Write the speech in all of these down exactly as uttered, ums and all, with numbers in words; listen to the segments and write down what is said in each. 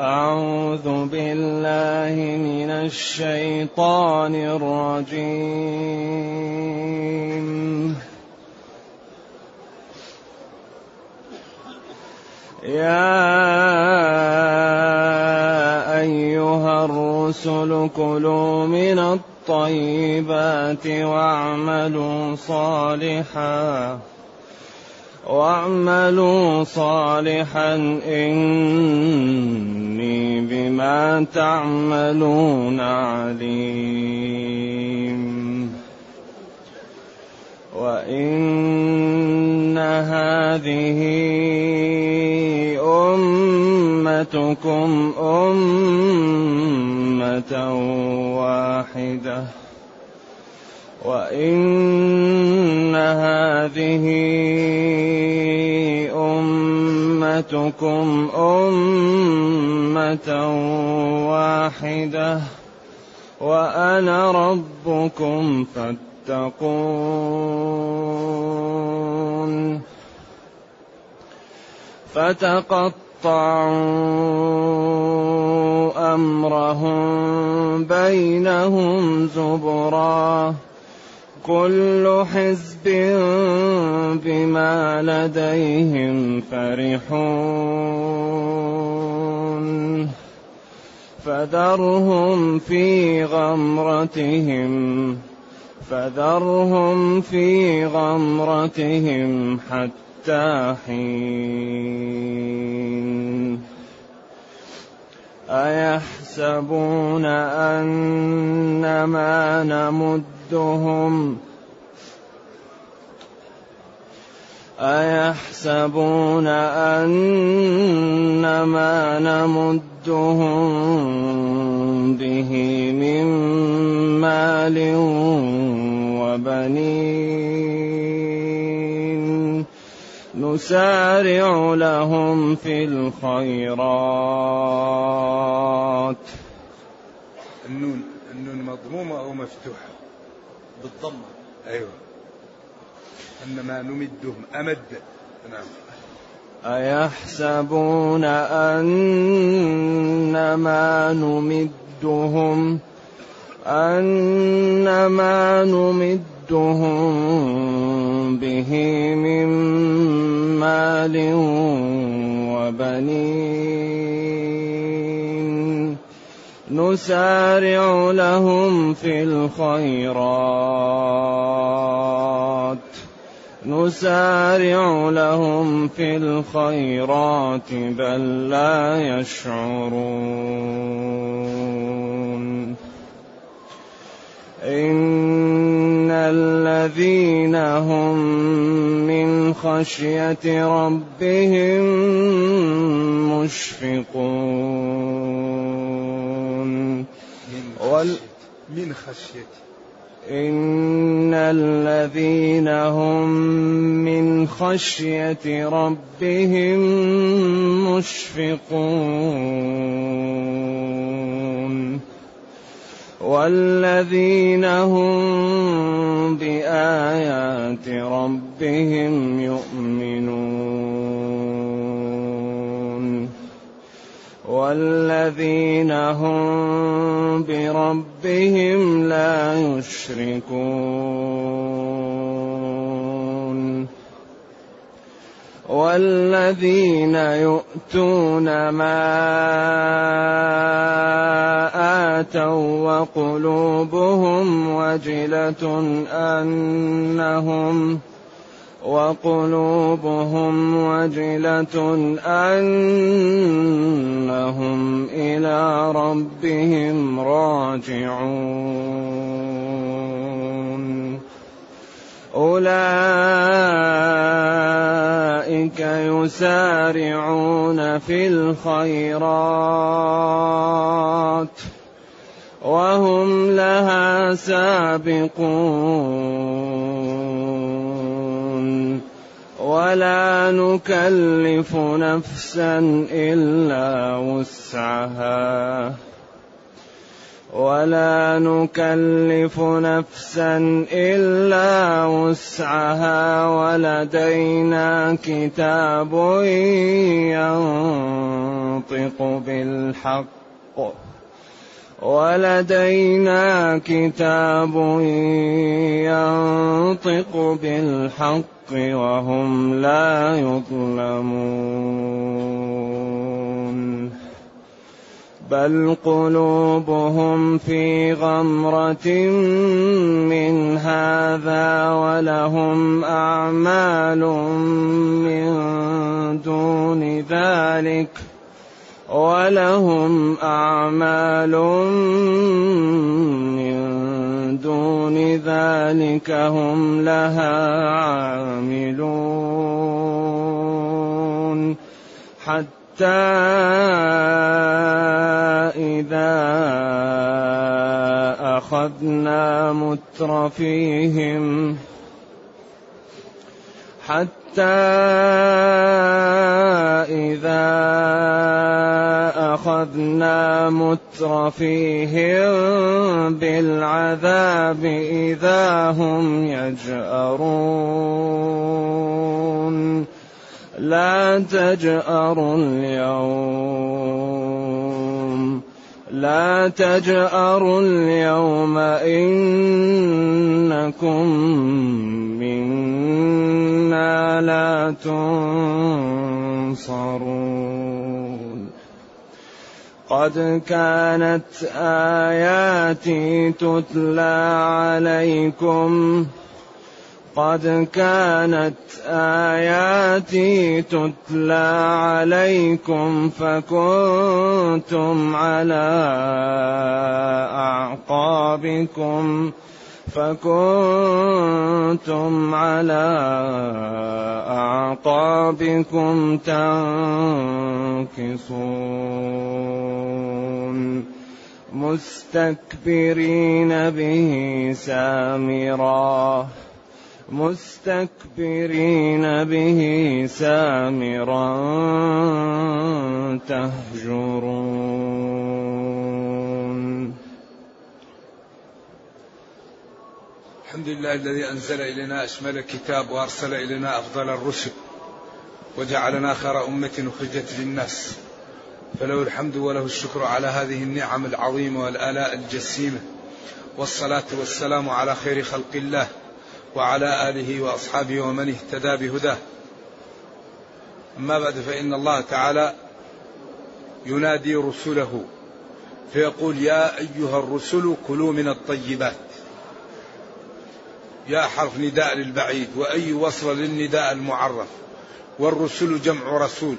أعوذ بالله من الشيطان الرجيم. يا أيها الرسل كلوا من الطيبات واعملوا صالحا واعملوا صالحا إني بما تعملون عليم. وإن هذه أمتكم أمة واحدة وإن هذه أمتكم أمة واحدة وأنا ربكم فاتقون. فتقطعوا أمرهم بينهم زبرا كل حزب بما لديهم فرحون. فذرهم في غمرتهم فذرهم في غمرتهم حتى حين. أيحسبون أنما نمدهم أيحسبون أنما نمدهم به من مال وبنين نسارع لهم في الخيرات. النون النون مضمومة أو مفتوحة؟ بالضمة. أيوة. أنما نمدهم أمد. نعم. أيحسبون أنما نمدهم أنما نمدهم به من مال وبنين نسارع لهم في الخيرات نسارع لهم في الخيرات بل لا يشعرون. إن الذين هم من خشية ربهم مشفقون. وال من خشية إن الذين هم من خشية ربهم مشفقون. والذين هم بآيات ربهم يؤمنون. والذين هم بربهم لا يشركون. والذين يؤتون ما آتوا وقلوبهم وجلة أنهم وقلوبهم وجلة أنهم إلى ربهم راجعون. أولئك يسارعون في الخيرات وهم لها سابقون. ولا نكلف نفسا إلا وسعها ولا نكلف نفسا إلا وسعها ولدينا كتاب ينطق بالحق ولدينا كتاب ينطق بالحق وهم لا يظلمون بل قلوبهم في غمرة من هذا ولهم أعمال من دون ذلك ولهم أعمال من دون ذلك هم لها عاملون حتى إذا أخذنا مترفيهم حتى إذا أخذنا مترفيهم بالعذاب إذا هم يجأرون لا تجأروا اليوم لا تجأروا اليوم إنكم منا لا تنصرون قد كانت آياتي تتلى عليكم قد كانت آياتي تتلى عليكم فكنتم على أعقابكم فكنتم على أعقابكم تنكصون مستكبرين به سامرا مستكبرين به سامرا تهجرون. الحمد لله الذي أنزل إلينا أشمل الكتاب وأرسل إلينا أفضل الرسل وجعلنا خير أمة أخرجت للناس، فله الحمد وله الشكر على هذه النعم العظيمة والآلاء الجسيمة، والصلاة والسلام على خير خلق الله وعلى آله وأصحابه ومن اهتدى بهداه. أما بعد، فإن الله تعالى ينادي رسله فيقول: يا أيها الرسل كلوا من الطيبات. يا حرف نداء للبعيد، وأي وصل للنداء المعرف، والرسل جمع رسول.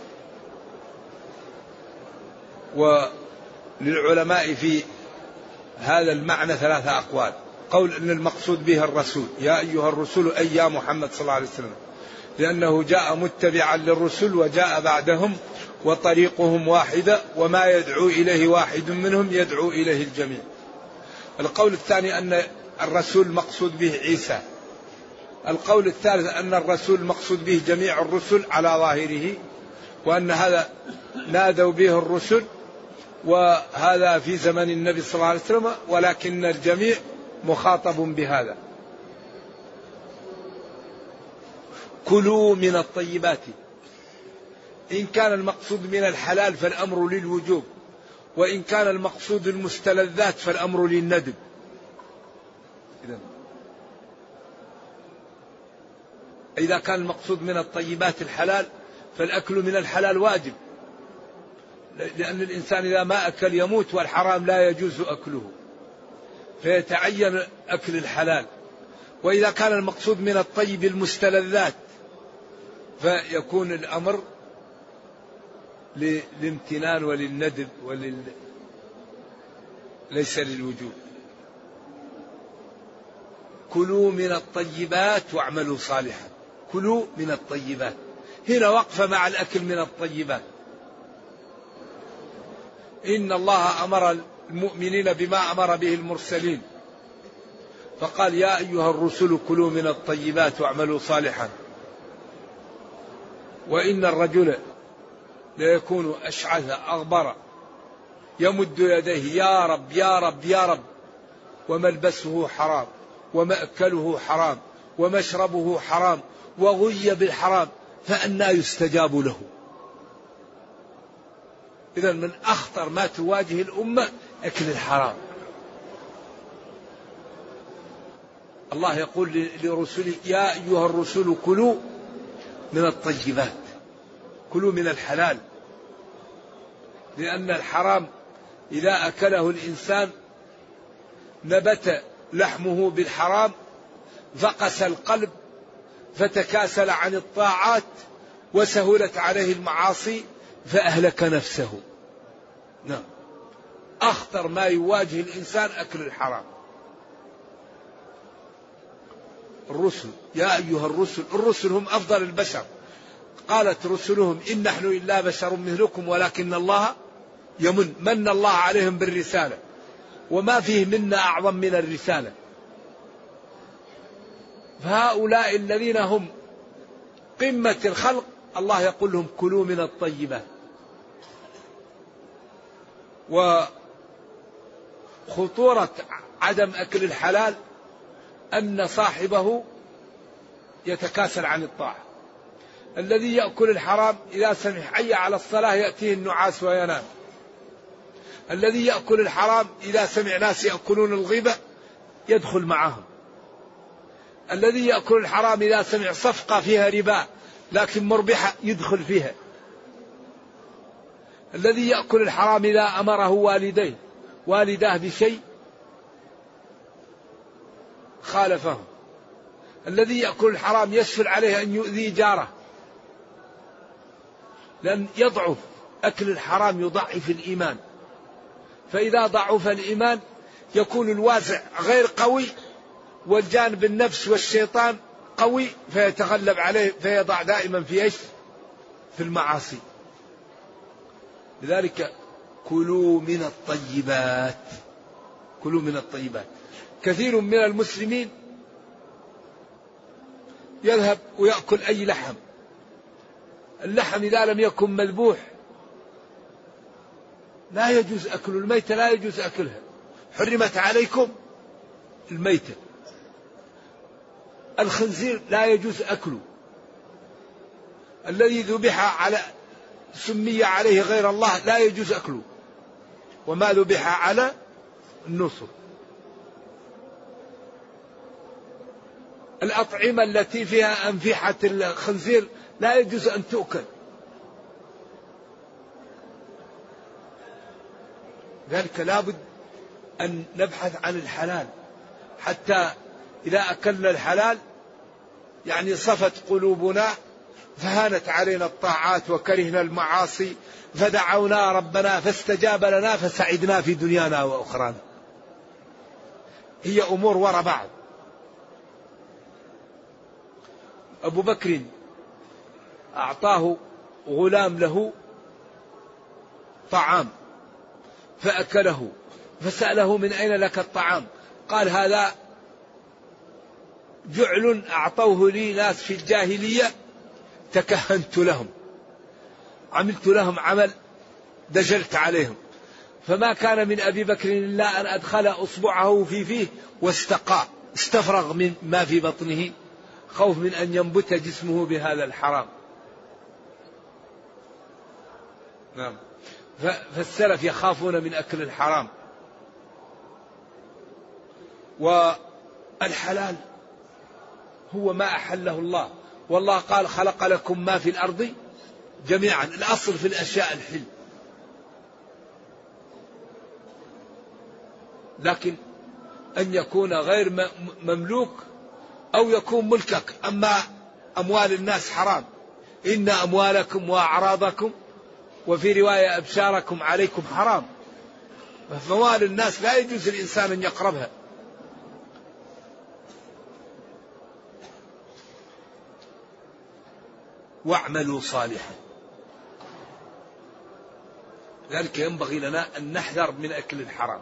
وللعلماء في هذا المعنى ثلاثة أقوال. قول أن المقصود به الرسول، يا أيها الرسل أي يا محمد صلى الله عليه وسلم، لأنه جاء متبعا للرسل وجاء بعدهم وطريقهم واحدة، وما يدعو إليه واحد منهم يدعو إليه الجميع. القول الثاني أن الرسول مقصود به عيسى. القول الثالث أن الرسول مقصود به جميع الرسل على ظاهره، وأن هذا نادوا به الرسل، وهذا في زمن النبي صلى الله عليه وسلم، ولكن الجميع مخاطب بهذا. كلوا من الطيبات. إن كان المقصود من الحلال فالأمر للوجوب، وإن كان المقصود المستلذات فالأمر للندب. إذا كان المقصود من الطيبات الحلال فالأكل من الحلال واجب، لأن الإنسان إذا ما أكل يموت، والحرام لا يجوز أكله، فيتعين أكل الحلال. وإذا كان المقصود من الطيب المستلذات فيكون الأمر للامتنان وللندب ولل... ليس للوجوب. كلوا من الطيبات واعملوا صالحا. كلوا من الطيبات، هنا وقفة مع الأكل من الطيبات. إن الله أمر المؤمنين بما أمر به المرسلين، فقال: يا أيها الرسل كلوا من الطيبات واعملوا صالحا. وإن الرجل ليكون أشعث أغبر يمد يديه يا رب يا رب يا رب، وملبسه حرام ومأكله حرام ومشربه حرام وغي بالحرام، فأنى يستجاب له؟ إذا من أخطر ما تواجه الأمة أكل الحرام. الله يقول لرسله يا أيها الرسل كلوا من الطيبات، كلوا من الحلال، لأن الحرام إذا أكله الإنسان نبت لحمه بالحرام، فقس القلب فتكاسل عن الطاعات وسهلت عليه المعاصي فأهلك نفسه. نعم، أخطر ما يواجه الإنسان أكل الحرام. الرسل يا أيها الرسل، الرسل هم أفضل البشر، قالت رسلهم إن نحن إلا بشر مثلكم ولكن الله يمن، من الله عليهم بالرسالة، وما فيه منا أعظم من الرسالة. فهؤلاء الذين هم قمة الخلق الله يقول لهم كلوا من الطيبات. وخطورة عدم أكل الحلال أن صاحبه يتكاسل عن الطاعة. الذي يأكل الحرام إذا سمع حي على الصلاة يأتيه النعاس وينام. الذي يأكل الحرام إذا سمع ناس يأكلون الغيبة يدخل معهم. الذي يأكل الحرام إذا سمع صفقة فيها ربا لكن مربحة يدخل فيها. الذي يأكل الحرام إذا أمره والديه والداه بشيء خالفهم. الذي يأكل الحرام يسهل عليه أن يؤذي جاره، لأن يضعف أكل الحرام يضعف الإيمان، فإذا ضعف الإيمان يكون الوازع غير قوي والجانب النفس والشيطان قوي فيتغلب عليه فيضع دائما في ايش؟ في المعاصي. لذلك كلوا من الطيبات، كلوا من الطيبات. كثير من المسلمين يذهب ويأكل أي لحم، اللحم إذا لم يكن مذبوح لا يجوز أكل الميتة، لا يجوز أكلها، حرمت عليكم الميتة. الخنزير لا يجوز أكله، الذي ذبح على سمي عليه غير الله لا يجوز أكله، وما ذبح على النصر. الأطعمة التي فيها أنفحة الخنزير لا يجوز أن تؤكل. ذلك لابد أن نبحث عن الحلال، حتى إذا أكلنا الحلال يعني صفت قلوبنا فهانت علينا الطاعات وكرهنا المعاصي، فدعونا ربنا فاستجاب لنا فسعدنا في دنيانا وأخرانا. هي أمور وراء بعض. أبو بكر أعطاه غلام له طعام فأكله، فسأله من أين لك الطعام؟ قال هذا جعل أعطوه لي ناس في الجاهلية تكهنت لهم، عملت لهم عمل دجلت عليهم، فما كان من أبي بكر إلا أن أدخل أصبعه في فيه واستقى، استفرغ من ما في بطنه خوف من أن ينبت جسمه بهذا الحرام. نعم. فالسلف يخافون من أكل الحرام. والحلال هو ما أحله الله، والله قال خلق لكم ما في الأرض جميعا، الأصل في الأشياء الحل، لكن أن يكون غير مملوك أو يكون ملكك. أما أموال الناس حرام، إن أموالكم وأعراضكم وفي رواية أبشاركم عليكم حرام، فأموال الناس لا يجوز الإنسان أن يقربها. واعملوا صالحا، ذلك ينبغي لنا أن نحذر من أكل الحرام.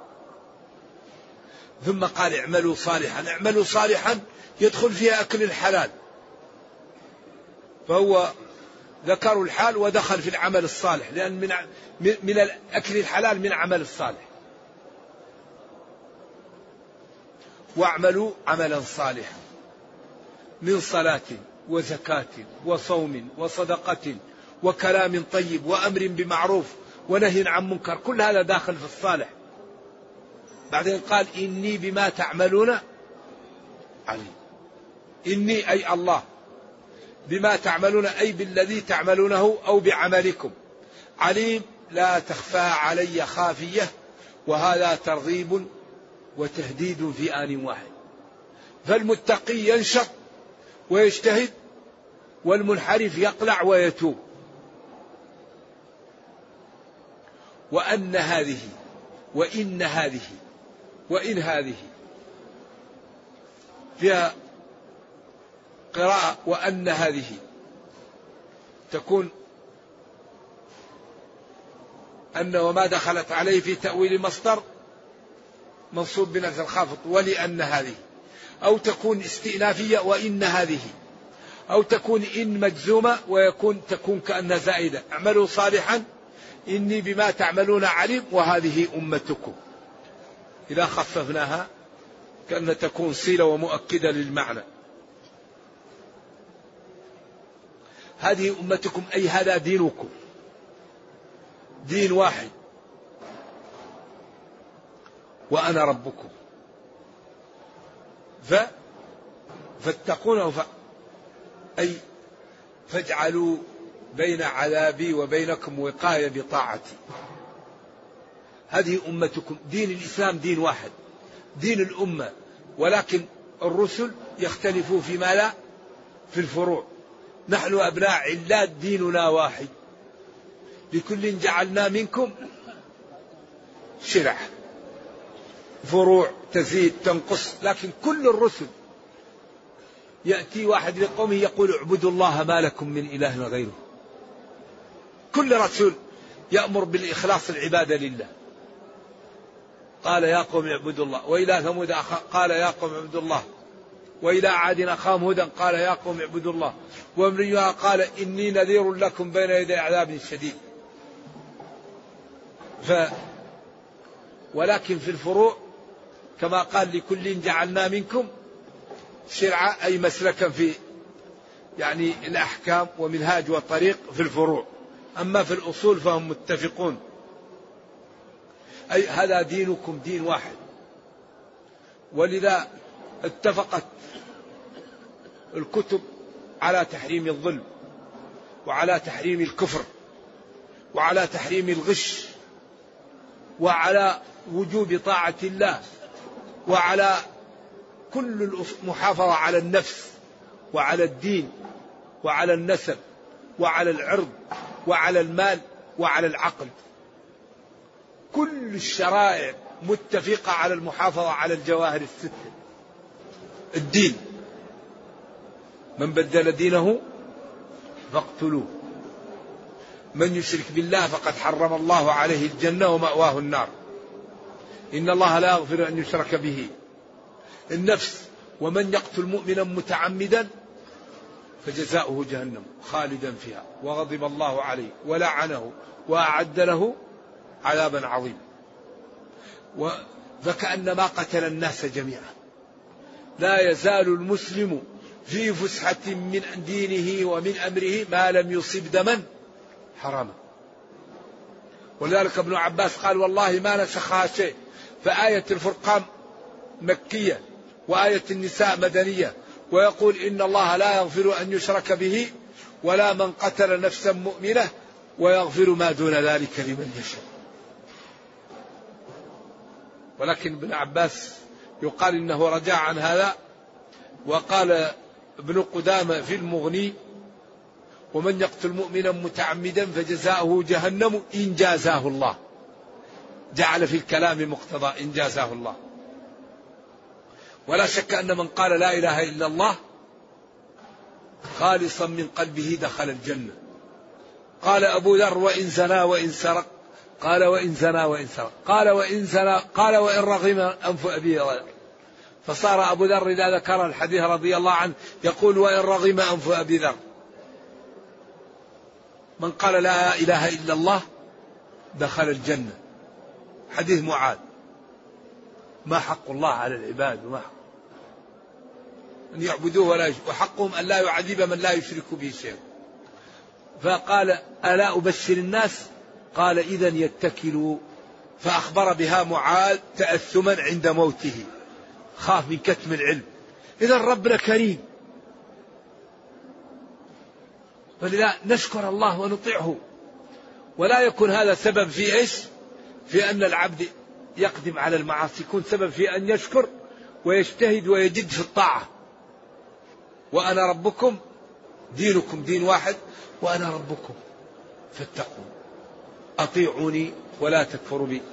ثم قال اعملوا صالحا، اعملوا صالحا يدخل فيها أكل الحلال، فهو ذكروا الحال ودخل في العمل الصالح، لأن من من الأكل الحلال من عمل الصالح. واعملوا عملا صالحا من صلاة وزكاة وصوم وصدقة وكلام طيب وأمر بمعروف ونهي عن منكر، كل هذا داخل في الصالح. بعدين قال إني بما تعملون عليم. إني أي الله، بما تعملون أي بالذي تعملونه أو بعملكم، عليم لا تخفى علي خافية. وهذا ترغيب وتهديد في آن واحد. فالمتقي ينشط ويجتهد، والمنحرف يقلع ويتوب. وأن هذه وإن هذه وإن هذه فيها قراءة وأن هذه تكون أن وما دخلت عليه في تأويل مصدر منصوب بنفس الخافض ولأن هذه، أو تكون استئنافية وإن هذه، أو تكون إن مجزومة ويكون تكون كأنها زائدة. اعملوا صالحا إني بما تعملون عليم وهذه أمتكم. إذا خففناها كأن تكون صلة ومؤكدة للمعنى. هذه أمتكم أي هذا دينكم، دين واحد، وأنا ربكم ف فاتقونه ف... أي فاجعلوا بين عذابي وبينكم وقاية بطاعتي. هذه أمتكم، دين الإسلام دين واحد، دين الأمة، ولكن الرسل يختلفوا فيما لا في الفروع. نحن أبناء علات ديننا واحد، لكل جعلنا منكم شرع، فروع تزيد تنقص، لكن كل الرسل يأتي واحد لقومه يقول اعبدوا الله ما لكم من إله غيره. كل رسول يأمر بالإخلاص العبادة لله. قال يا قوم اعبدوا الله. وإلى ثمود قال يا قوم اعبدوا الله. وإلى عاد أخاهم هودا قال يا قوم اعبدوا الله. وامرئها قال إني نذير لكم بين يدي عذاب شديد. ف ولكن في الفروع كما قال لكل جعلنا منكم شرعة أي مسلكا في يعني الأحكام ومنهاج وطريق في الفروع. أما في الأصول فهم متفقون، أي هذا دينكم دين واحد. ولذا اتفقت الكتب على تحريم الظلم، وعلى تحريم الكفر، وعلى تحريم الغش، وعلى وجوب طاعة الله، وعلى كل المحافظة على النفس وعلى الدين وعلى النسب وعلى العرض وعلى المال وعلى العقل. كل الشرائع متفقة على المحافظة على الجواهر الستة. الدين من بدل دينه فاقتلوه، من يشرك بالله فقد حرم الله عليه الجنة ومأواه النار، إن الله لا يغفر أن يشرك به. النفس ومن يقتل مؤمنا متعمدا فجزاؤه جهنم خالدا فيها وغضب الله عليه ولعنه وأعد له عذابا عظيما. فكأنما قتل الناس جميعا. لا يزال المسلم في فسحة من دينه ومن أمره ما لم يصب دما حراما. ولذلك ابن عباس قال والله ما نسخها شيء. فآية الفرقان مكية وآية النساء مدنية، ويقول إن الله لا يغفر أن يشرك به ولا من قتل نفسا مؤمنة ويغفر ما دون ذلك لمن يشاء. ولكن ابن عباس يقال إنه رجع عن هذا، وقال ابن قدامة في المغني ومن يقتل مؤمنا متعمدا فجزاؤه جهنم إن جازاه الله. جعل في الكلام مقتضى إن جازاه الله. ولا شك أن من قال لا إله إلا الله خالصا من قلبه دخل الجنة. قال أبو ذر وإن زنا وإن سرق، قال وإن زنا وإن سرق، قال وإن زنا، قال وإن رغم أنف أبي. فصار أبو ذر إذا ذكر الحديث رضي الله عنه يقول وإن رغم أنف أبي ذر. من قال لا إله إلا الله دخل الجنة. حديث معاذ. ما حق الله على العباد وما حق أن يعبدوه ولا يشركوا، وحقهم أن لا يعذب من لا يشرك به شيئا. فقال ألا أبشر الناس؟ قال إذن يتكلوا. فأخبر بها معاذ تأثما عند موته، خاف من كتم العلم. إذا ربنا كريم، فلذا نشكر الله ونطيعه، ولا يكون هذا سبب في إيش؟ في أن العبد يقدم على المعاصي، يكون سبب في أن يشكر ويجتهد ويجد في الطاعة. وأنا ربكم دينكم دين واحد وأنا ربكم فاتقون أطيعوني ولا تكفروا بي.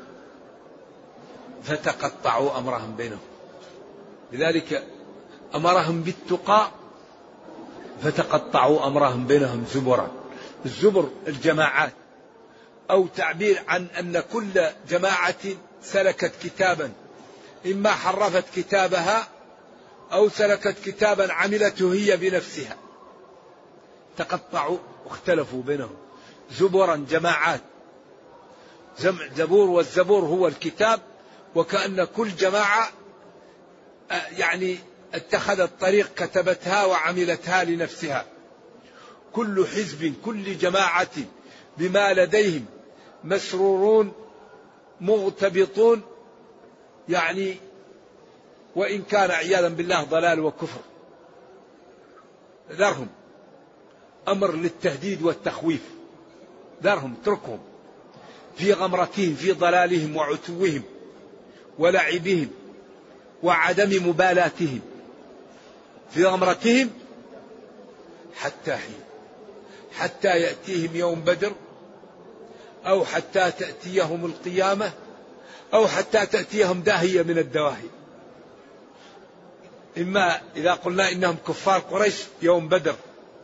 فتقطعوا أمرهم بينهم، لذلك أمرهم بالتقى فتقطعوا أمرهم بينهم زبرا. الزبر الجماعات، أو تعبير عن أن كل جماعة سلكت كتابا، إما حرفت كتابها أو سلكت كتابا عملته هي بنفسها. تقطعوا واختلفوا بينهم زبرا جماعات. جمع زبور، والزبور هو الكتاب، وكأن كل جماعة يعني اتخذت طريق كتبتها وعملتها لنفسها. كل حزب كل جماعة بما لديهم مسرورون مغتبطون، يعني وإن كان عياذا بالله ضلال وكفر. ذرهم، أمر للتهديد والتخويف. ذرهم، اتركهم في غمرتهم، في ضلالهم وعتوهم ولعبهم وعدم مبالاتهم. في غمرتهم حتى حين، حتى يأتيهم يوم بدر، أو حتى تأتيهم القيامة، أو حتى تأتيهم داهية من الدواهي. إما إذا قلنا إنهم كفار قريش يوم بدر،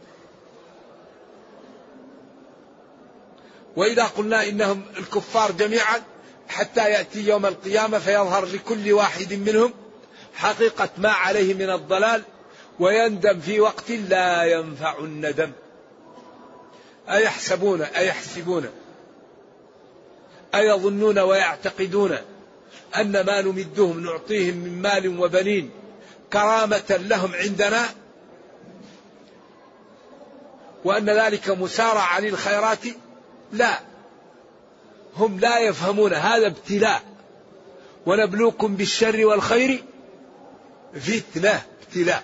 وإذا قلنا إنهم الكفار جميعا حتى يأتي يوم القيامة فيظهر لكل واحد منهم حقيقة ما عليه من الضلال، ويندم في وقت لا ينفع الندم. أيحسبون أيحسبون أيظنون ويعتقدون أن ما نمدهم نعطيهم من مال وبنين كرامة لهم عندنا، وأن ذلك مسارع للخيرات؟ لا، هم لا يفهمون هذا ابتلاء. ونبلوكم بالشر والخير فتنة، ابتلاء.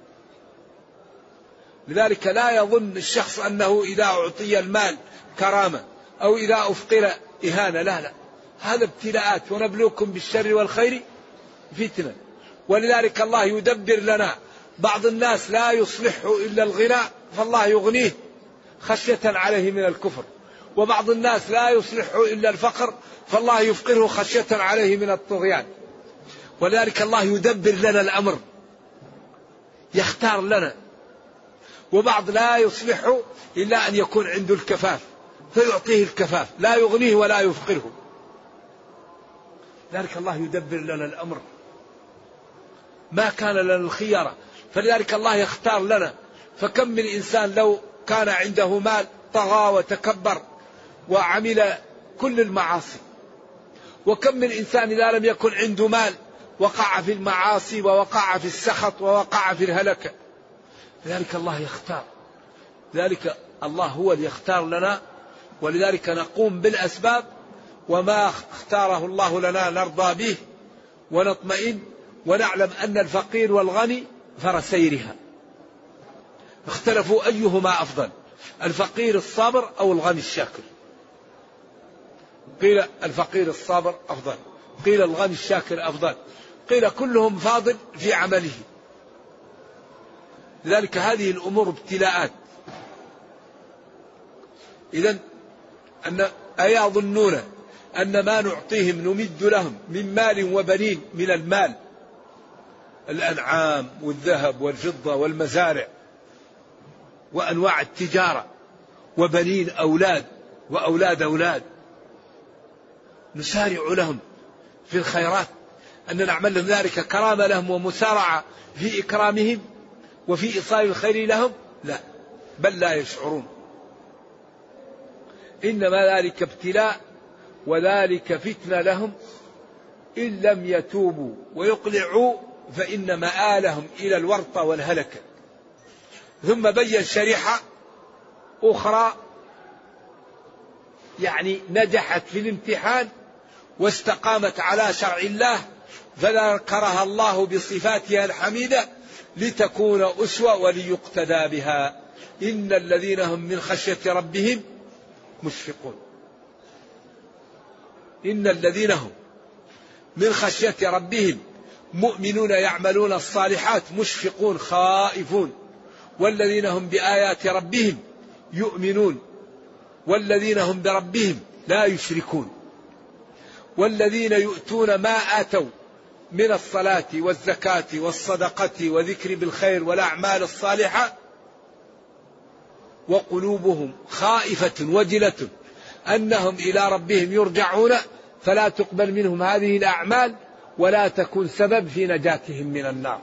لذلك لا يظن الشخص أنه إذا أعطي المال كرامة أو إذا أفقر إهانة. لا لا، هذا ابتلاءات. ونبلوكم بالشر والخير فتنة. ولذلك الله يدبر لنا. بعض الناس لا يصلحه إلا الغنى فالله يغنيه خشية عليه من الكفر، وبعض الناس لا يصلحه إلا الفقر فالله يفقره خشية عليه من الطغيان. ولذلك الله يدبر لنا الأمر، يختار لنا. وبعض لا يصلحه إلا أن يكون عنده الكفاف فيعطيه الكفاف، لا يغنيه ولا يفقره. لذلك الله يدبر لنا الأمر، ما كان لنا الخيارة. فلذلك الله يختار لنا. فكم من إنسان لو كان عنده مال طغى وتكبر وعمل كل المعاصي، وكم من إنسان إذا لم يكن عنده مال وقع في المعاصي ووقع في السخط ووقع في الهلكة. لذلك الله يختار. لذلك الله هو اللي يختار لنا، ولذلك نقوم بالأسباب، وما اختاره الله لنا نرضى به ونطمئن، ونعلم أن الفقير والغني فرسيرها. اختلفوا أيهما أفضل، الفقير الصابر أو الغني الشاكر. قيل الفقير الصابر أفضل، قيل الغني الشاكر أفضل، قيل كلهم فاضل في عمله. لذلك هذه الأمور ابتلاءات. إذن أن أيظنون أن ما نعطيهم نمد لهم من مال وبنين، من المال الأنعام والذهب والفضة والمزارع وأنواع التجارة، وبنين أولاد وأولاد أولاد، نسارع لهم في الخيرات، أن نعمل لهم ذلك كرامة لهم ومسارعة في إكرامهم وفي إيصال الخير لهم؟ لا، بل لا يشعرون. إنما ذلك ابتلاء وذلك فتنة لهم إن لم يتوبوا ويقلعوا فإن مآلهم إلى الورطة والهلكة. ثم بين شريحة أخرى يعني نجحت في الامتحان واستقامت على شرع الله فذكرها الله بصفاتها الحميدة لتكون أسوة وليقتدى بها. إن الذين هم من خشية ربهم مشفقون. إن الذين هم من خشية ربهم مؤمنون يعملون الصالحات مشفقون خائفون. والذين هم بآيات ربهم يؤمنون والذين هم بربهم لا يشركون. والذين يؤتون ما آتوا من الصلاة والزكاة والصدقة وذكر بالخير والأعمال الصالحة وقلوبهم خائفة وجلة أنهم إلى ربهم يرجعون فلا تقبل منهم هذه الأعمال ولا تكون سبب في نجاتهم من النار.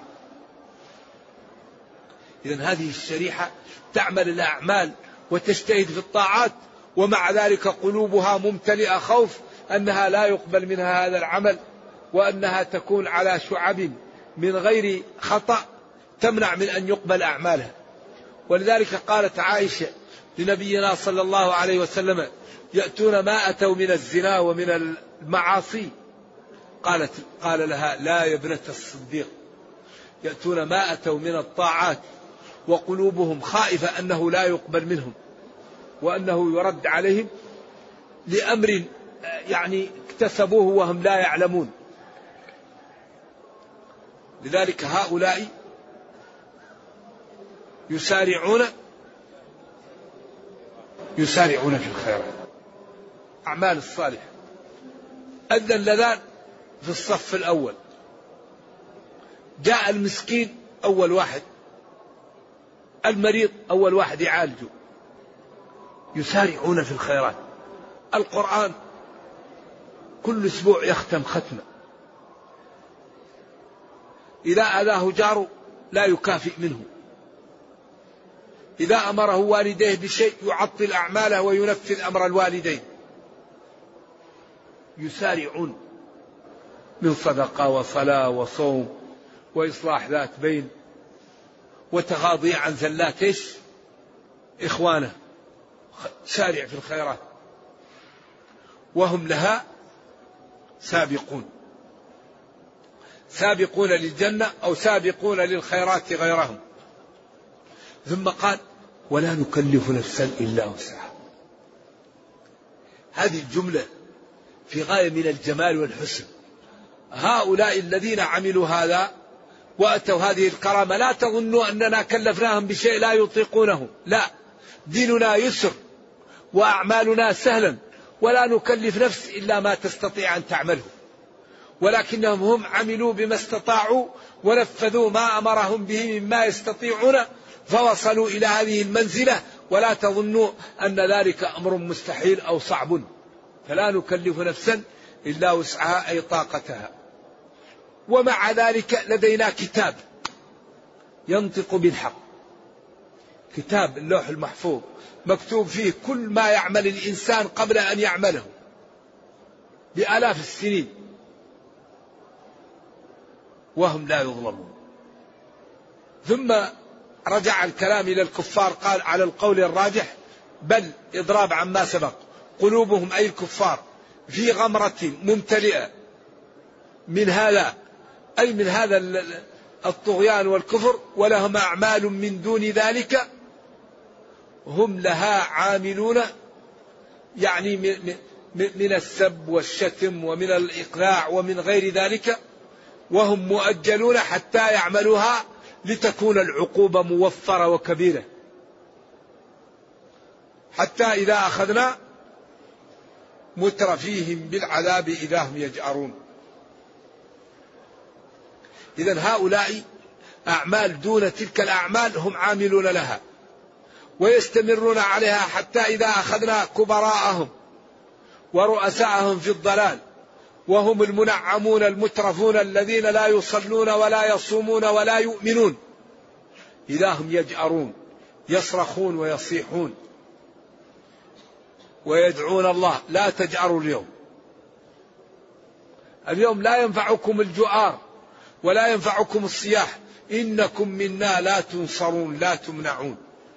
إذن هذه الشريحة تعمل الأعمال وتجتهد في الطاعات ومع ذلك قلوبها ممتلئة خوف أنها لا يقبل منها هذا العمل وأنها تكون على شعب من غير خطأ تمنع من أن يقبل أعمالها. ولذلك قالت عائشة لنبينا صلى الله عليه وسلم يأتون ما أتوا من الزنا ومن المعاصي قالت قال لها لا يا ابنة الصديق يأتون ما أتوا من الطاعات وقلوبهم خائفة أنه لا يقبل منهم وأنه يرد عليهم لأمر يعني اكتسبوه وهم لا يعلمون. لذلك هؤلاء يسارعون يسارعون في الخيرات أعمال الصالحة. أذن اللذان في الصف الأول جاء المسكين أول واحد المريض أول واحد يعالجه يسارعون في الخيرات. القرآن كل أسبوع يختم ختمة إذا أذاه جاره لا يكافئ منه إذا أمره والديه بشيء يعطل أعماله وينفذ أمر الوالدين. يسارعون من صدقة وصلاة وصوم وإصلاح ذات بين وتغاضي عن زلات إيش إخوانه. سارع في الخيرات وهم لها سابقون. سابقون للجنة أو سابقون للخيرات غيرهم. ثم قال ولا نكلف نفسا إلا وسعها. هذه الجملة في غاية من الجمال والحسن. هؤلاء الذين عملوا هذا وأتوا هذه الكرامة لا تظنوا أننا كلفناهم بشيء لا يطيقونه، لا، ديننا يسر وأعمالنا سهلا ولا نكلف نفس إلا ما تستطيع أن تعمله، ولكنهم هم عملوا بما استطاعوا ونفذوا ما أمرهم به مما يستطيعون فوصلوا إلى هذه المنزلة. ولا تظنوا أن ذلك أمر مستحيل أو صعب. فلا نكلف نفسا إلا وسعها أي طاقتها. ومع ذلك لدينا كتاب ينطق بالحق، كتاب اللوح المحفوظ مكتوب فيه كل ما يعمل الإنسان قبل أن يعمله بآلاف السنين وهم لا يظلمون. ثم رجع الكلام إلى الكفار قال على القول الراجح بل إضراب عما سبق قلوبهم أي الكفار في غمرة ممتلئة من هذا أي من هذا الطغيان والكفر ولهم أعمال من دون ذلك هم لها عاملون، يعني من السب والشتم ومن الإقلاع ومن غير ذلك، وهم مؤجلون حتى يعملوها لتكون العقوبة موفرة وكبيرة، حتى إذا أخذنا مترفيهم بالعذاب إذا هم يجأرون. إذن هؤلاء أعمال دون تلك الأعمال هم عاملون لها ويستمرون عليها حتى إذا أخذنا كبراءهم ورؤساءهم في الضلال وهم المنعمون المترفون الذين لا يصلون ولا يصومون ولا يؤمنون إذا هم يجأرون يصرخون ويصيحون. ويدعون الله. لا تجأروا اليوم. اليوم لا ينفعكم الجؤار ولا ينفعكم الصياح. إنكم منا لا تنصرون لا تمنعون.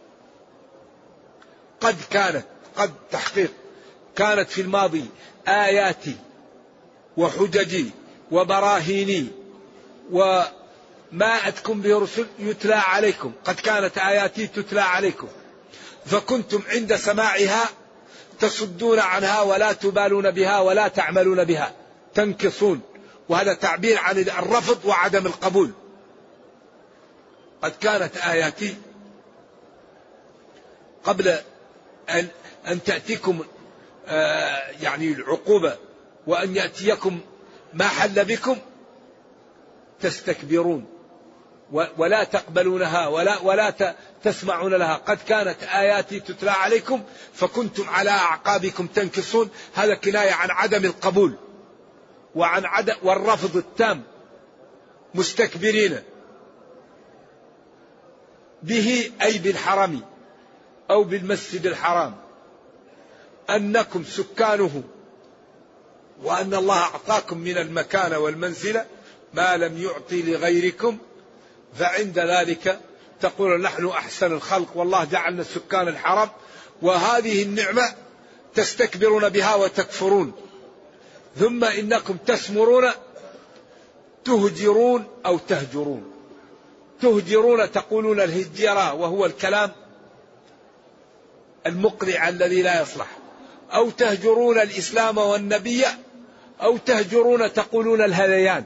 قد كانت، قد تحقيق، كانت في الماضي آياتي وحججي وبراهيني وما أتكم به رسل يتلى عليكم. قد كانت آياتي تتلى عليكم فكنتم عند سماعها تصدون عنها ولا تبالون بها ولا تعملون بها، تنكصون. وهذا تعبير عن الرفض وعدم القبول. قد كانت آياتي قبل أن, أن تأتيكم آه يعني العقوبة وأن يأتيكم ما حل بكم تستكبرون ولا تقبلونها ولا ولا تسمعون لها. قد كانت آياتي تتلى عليكم فكنتم على أعقابكم تنكصون. هذا كناية عن عدم القبول وعن عدم والرفض التام، مستكبرين به أي بالحرم أو بالمسجد الحرام، أنكم سكانه وأن الله أعطاكم من المكانة والمنزلة ما لم يعطي لغيركم، فعند ذلك تقول نحن أحسن الخلق والله جعلنا سكان الحرم، وهذه النعمة تستكبرون بها وتكفرون. ثم إنكم تسمرون تهجرون أو تهجرون. تهجرون تقولون الهجرة وهو الكلام المقرع الذي لا يصلح، أو تهجرون الإسلام والنبي، أو تهجرون تقولون الهذيان.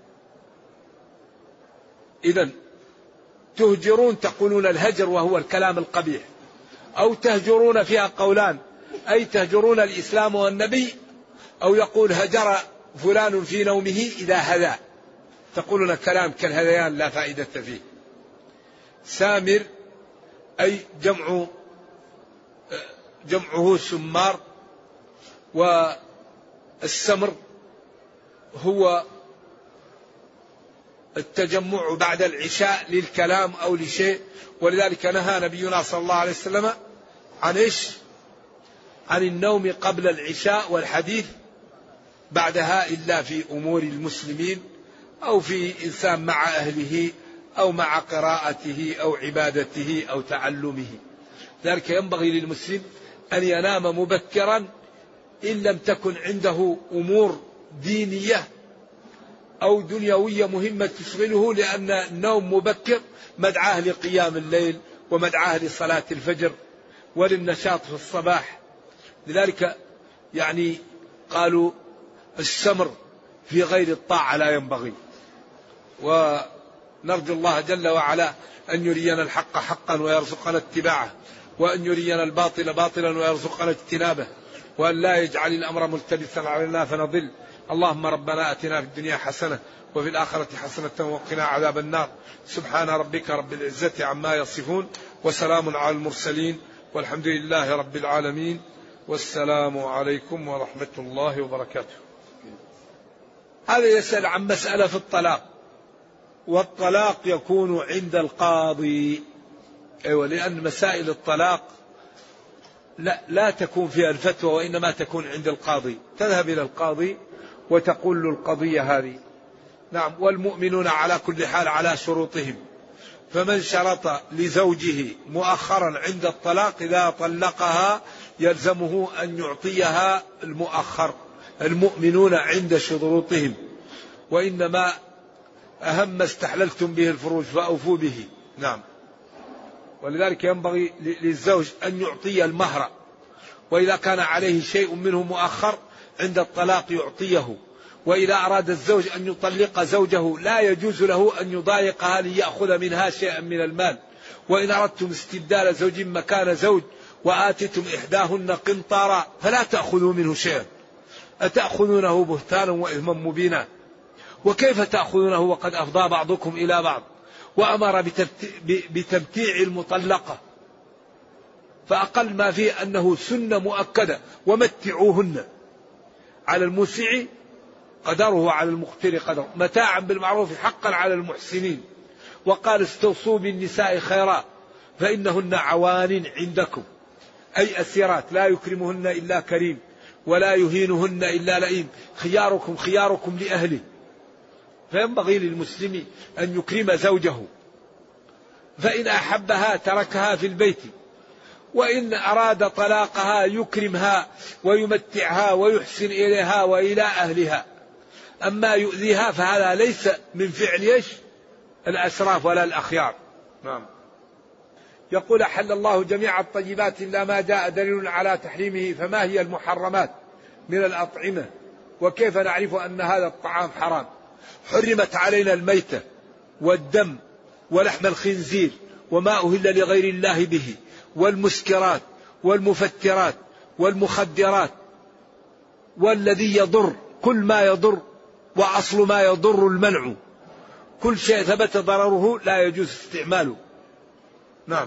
إذن تهجرون تقولون الهجر وهو الكلام القبيح، أو تهجرون فيها قولان، أي تهجرون الإسلام والنبي، أو يقول هجر فلان في نومه إذا هذا، تقولون كلام كالهذيان لا فائدة فيه. سامر أي جمع جمعه سمار، والسمر هو التجمع بعد العشاء للكلام أو لشيء. ولذلك نهى نبينا صلى الله عليه وسلم عن إيش؟ عن النوم قبل العشاء والحديث بعدها إلا في أمور المسلمين أو في إنسان مع أهله أو مع قراءته أو عبادته أو تعلمه. ذلك ينبغي للمسلم أن ينام مبكرا إن لم تكن عنده أمور دينية أو دنيوية مهمة تشغله، لأن النوم مبكر مدعاه لقيام الليل ومدعاه لصلاة الفجر وللنشاط في الصباح. لذلك يعني قالوا السمر في غير الطاعة لا ينبغي. ونرجو الله جل وعلا أن يرينا الحق حقا ويرزقنا اتباعه، وأن يرينا الباطل باطلا ويرزقنا اجتنابه، وأن لا يجعل الأمر ملتبسا علينا فنضل. اللهم ربنا أتنا في الدنيا حسنة وفي الآخرة حسنة وقنا عذاب النار. سبحان ربك رب العزة عما يصفون وسلام على المرسلين والحمد لله رب العالمين، والسلام عليكم ورحمة الله وبركاته. هذا يسأل عن مسألة في الطلاق، والطلاق يكون عند القاضي. أيوة، لأن مسائل الطلاق لا, لا تكون فيها الفتوى وإنما تكون عند القاضي. تذهب إلى القاضي وتقول له القضية هذه. نعم، والمؤمنون على كل حال على شروطهم. فمن شرط لزوجه مؤخرا عند الطلاق إذا طلقها يلزمه أن يعطيها المؤخر. المؤمنون عند شروطهم، وإنما أهم ما استحللتم به الفروج فأوفوا به. نعم. ولذلك ينبغي للزوج أن يعطي المهر، وإذا كان عليه شيء منه مؤخر عند الطلاق يعطيه. وإذا أراد الزوج أن يطلق زوجه لا يجوز له أن يضايقها ليأخذ منها شيئا من المال. وإن أردتم استبدال زوج مكان زوج وآتتم إحداهن قنطارا فلا تأخذوا منه شيئا، أتأخذونه بهتانا وإثما مبينا. وكيف تأخذونه وقد أفضى بعضكم إلى بعض؟ وأمر بتمتيع المطلقة، فأقل ما فيه أنه سنة مؤكدة ومتعوهن، على الموسع قدره وعلى المقتر قدره، متاعا بالمعروف حقا على المحسنين. وقال استوصوا بالنساء خيرا فإنهن عوان عندكم. أي أسيرات لا يكرمهن إلا كريم ولا يهينهن إلا لئيم، خياركم خياركم لأهله. فينبغي للمسلم أن يكرم زوجه، فإن أحبها تركها في البيت، وإن أراد طلاقها يكرمها ويمتعها ويحسن إليها وإلى أهلها. أما يؤذيها فهذا ليس من فعل إيش الأسراف ولا الأخيار. نعم. يقول أحل الله جميع الطيبات إلا ما جاء دليل على تحريمه، فما هي المحرمات من الأطعمة وكيف نعرف أن هذا الطعام حرام؟ حرمت علينا الميتة والدم ولحم الخنزير وما أهل لغير الله به، والمسكرات والمفترات والمخدرات والذي يضر، كل ما يضر، وأصل ما يضر المنع، كل شيء ثبت ضرره لا يجوز استعماله. نعم.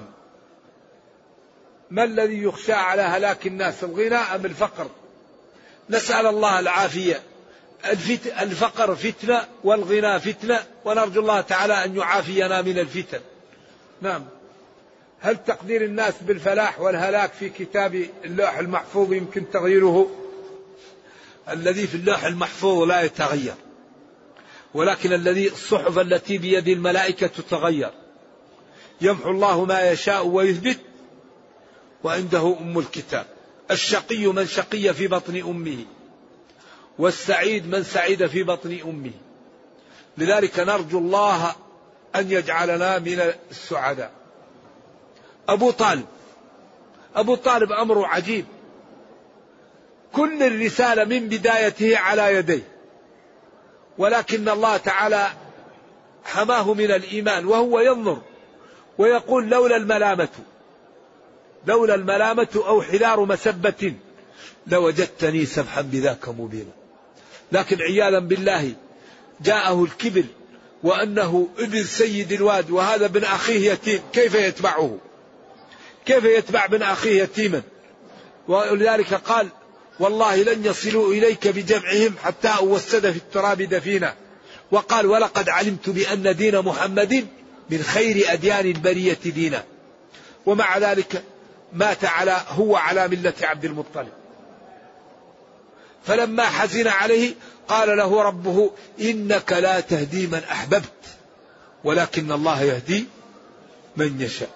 ما الذي يخشى على هلاك الناس، الغنى أم الفقر؟ نسأل الله العافية. الفقر فتنة والغنى فتنة، ونرجو الله تعالى أن يعافينا من الفتن. نعم. هل تقدير الناس بالفلاح والهلاك في كتاب اللوح المحفوظ يمكن تغييره؟ الذي في اللوح المحفوظ لا يتغير، ولكن الذي الصحف التي بيد الملائكة تتغير. يمحو الله ما يشاء ويثبت وعنده أم الكتاب. الشقي من شقي في بطن أمه، والسعيد من سعيد في بطن أمه. لذلك نرجو الله أن يجعلنا من السعداء. أبو طالب أبو طالب أمره عجيب، كل الرسالة من بدايته على يديه، ولكن الله تعالى حماه من الإيمان وهو ينظر ويقول لولا الملامة لولا الملامة أو حذار مسبة لوجدتني سبحا بذاك مبينا. لكن عياذا بالله جاءه الكبر وأنه ابن سيد الواد وهذا ابن أخيه يتيم، كيف يتبعه؟ كيف يتبع ابن أخيه يتيما؟ ولذلك قال والله لن يصلوا إليك بجمعهم حتى أوسد في التراب دفينا. وقال ولقد علمت بأن دين محمد من خير أديان البرية دينا. ومع ذلك مات على هو على ملة عبد المطلب. فلما حزن عليه قال له ربه إنك لا تهدي من أحببت ولكن الله يهدي من يشاء.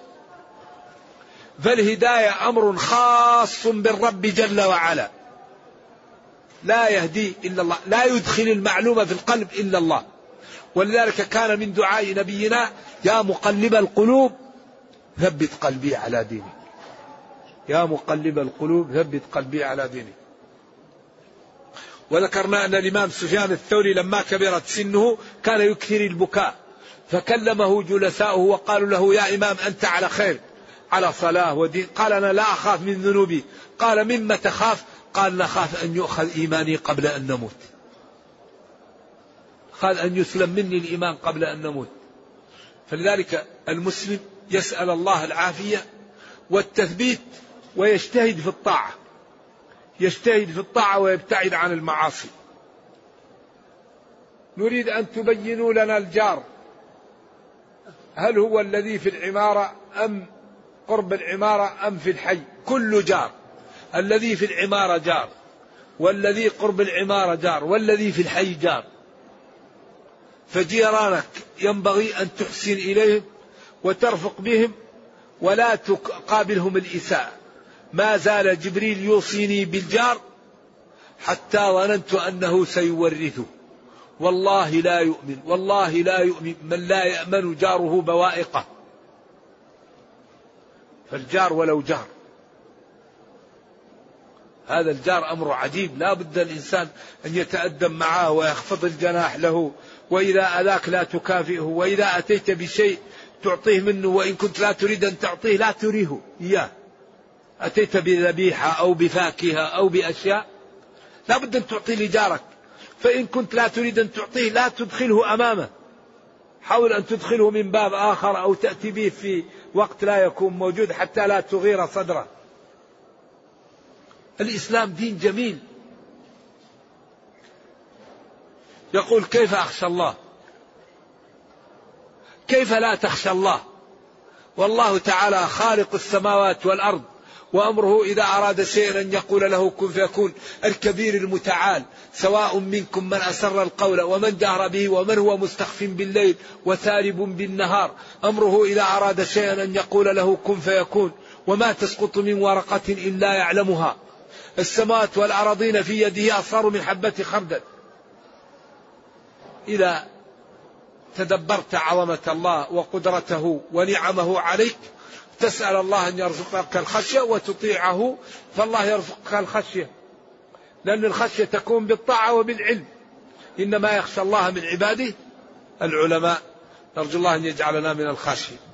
فالهداية أمر خاص بالرب جل وعلا، لا يهدي إلا الله، لا يدخل المعلومة في القلب إلا الله. ولذلك كان من دعاء نبينا يا مقلب القلوب ثبت قلبي على دينك، يا مقلب القلوب ثبت قلبي على دينك. وذكرنا أن الإمام سفيان الثوري لما كبرت سنه كان يكثر البكاء، فكلمه جلساؤه وقالوا له يا إمام أنت على خير، على صلاة ودين. قال أنا لا أخاف من ذنوبي. قال مما تخاف؟ قال نخاف أن يؤخذ إيماني قبل أن نموت، قال أن يسلم مني الإيمان قبل أن نموت. فلذلك المسلم يسأل الله العافية والتثبيت ويجتهد في الطاعة، يجتهد في الطاعة ويبتعد عن المعاصي. نريد أن تبينوا لنا الجار، هل هو الذي في العمارة أم قرب العمارة أم في الحي؟ كل جار، الذي في العمارة جار، والذي قرب العمارة جار، والذي في الحي جار. فجيرانك ينبغي أن تحسن إليهم وترفق بهم ولا تقابلهم الإساءة. ما زال جبريل يوصيني بالجار حتى ظننت أنه سيورثه. والله لا يؤمن، والله لا يؤمن من لا يأمن جاره بوائقه. فالجار ولو جار، هذا الجار أمر عجيب، لا بد الإنسان أن يتأدب معه ويخفض الجناح له، وإذا أذاك لا تكافئه، وإذا أتيت بشيء تعطيه منه وإن كنت لا تريد أن تعطيه لا تريه إياه. أتيت بذبيحة أو بفاكهة أو بأشياء لا بد أن تعطي لجارك، فإن كنت لا تريد أن تعطيه لا تدخله أمامه، حاول أن تدخله من باب آخر أو تأتي به في وقت لا يكون موجود حتى لا تغير صدره. الإسلام دين جميل. يقول كيف أخشى الله؟ كيف لا تخشى الله والله تعالى خالق السماوات والأرض وأمره إذا أراد شيئا أن يقول له كن فيكون. الكبير المتعال سواء منكم من أسر القول ومن جهر به ومن هو مستخف بالليل وسارب بالنهار. أمره إذا أراد شيئا أن يقول له كن فيكون. وما تسقط من ورقة إلا يعلمها. السماوات والأراضين في يده أصغر من حبة خردل. إذا تدبرت عظمة الله وقدرته ونعمه عليك تسأل الله أن يرزقك الخشية وتطيعه، فالله يرزقك الخشية، لأن الخشية تكون بالطاعة وبالعلم. إنما يخشى الله من عباده العلماء. نرجو الله أن يجعلنا من الخاشعين.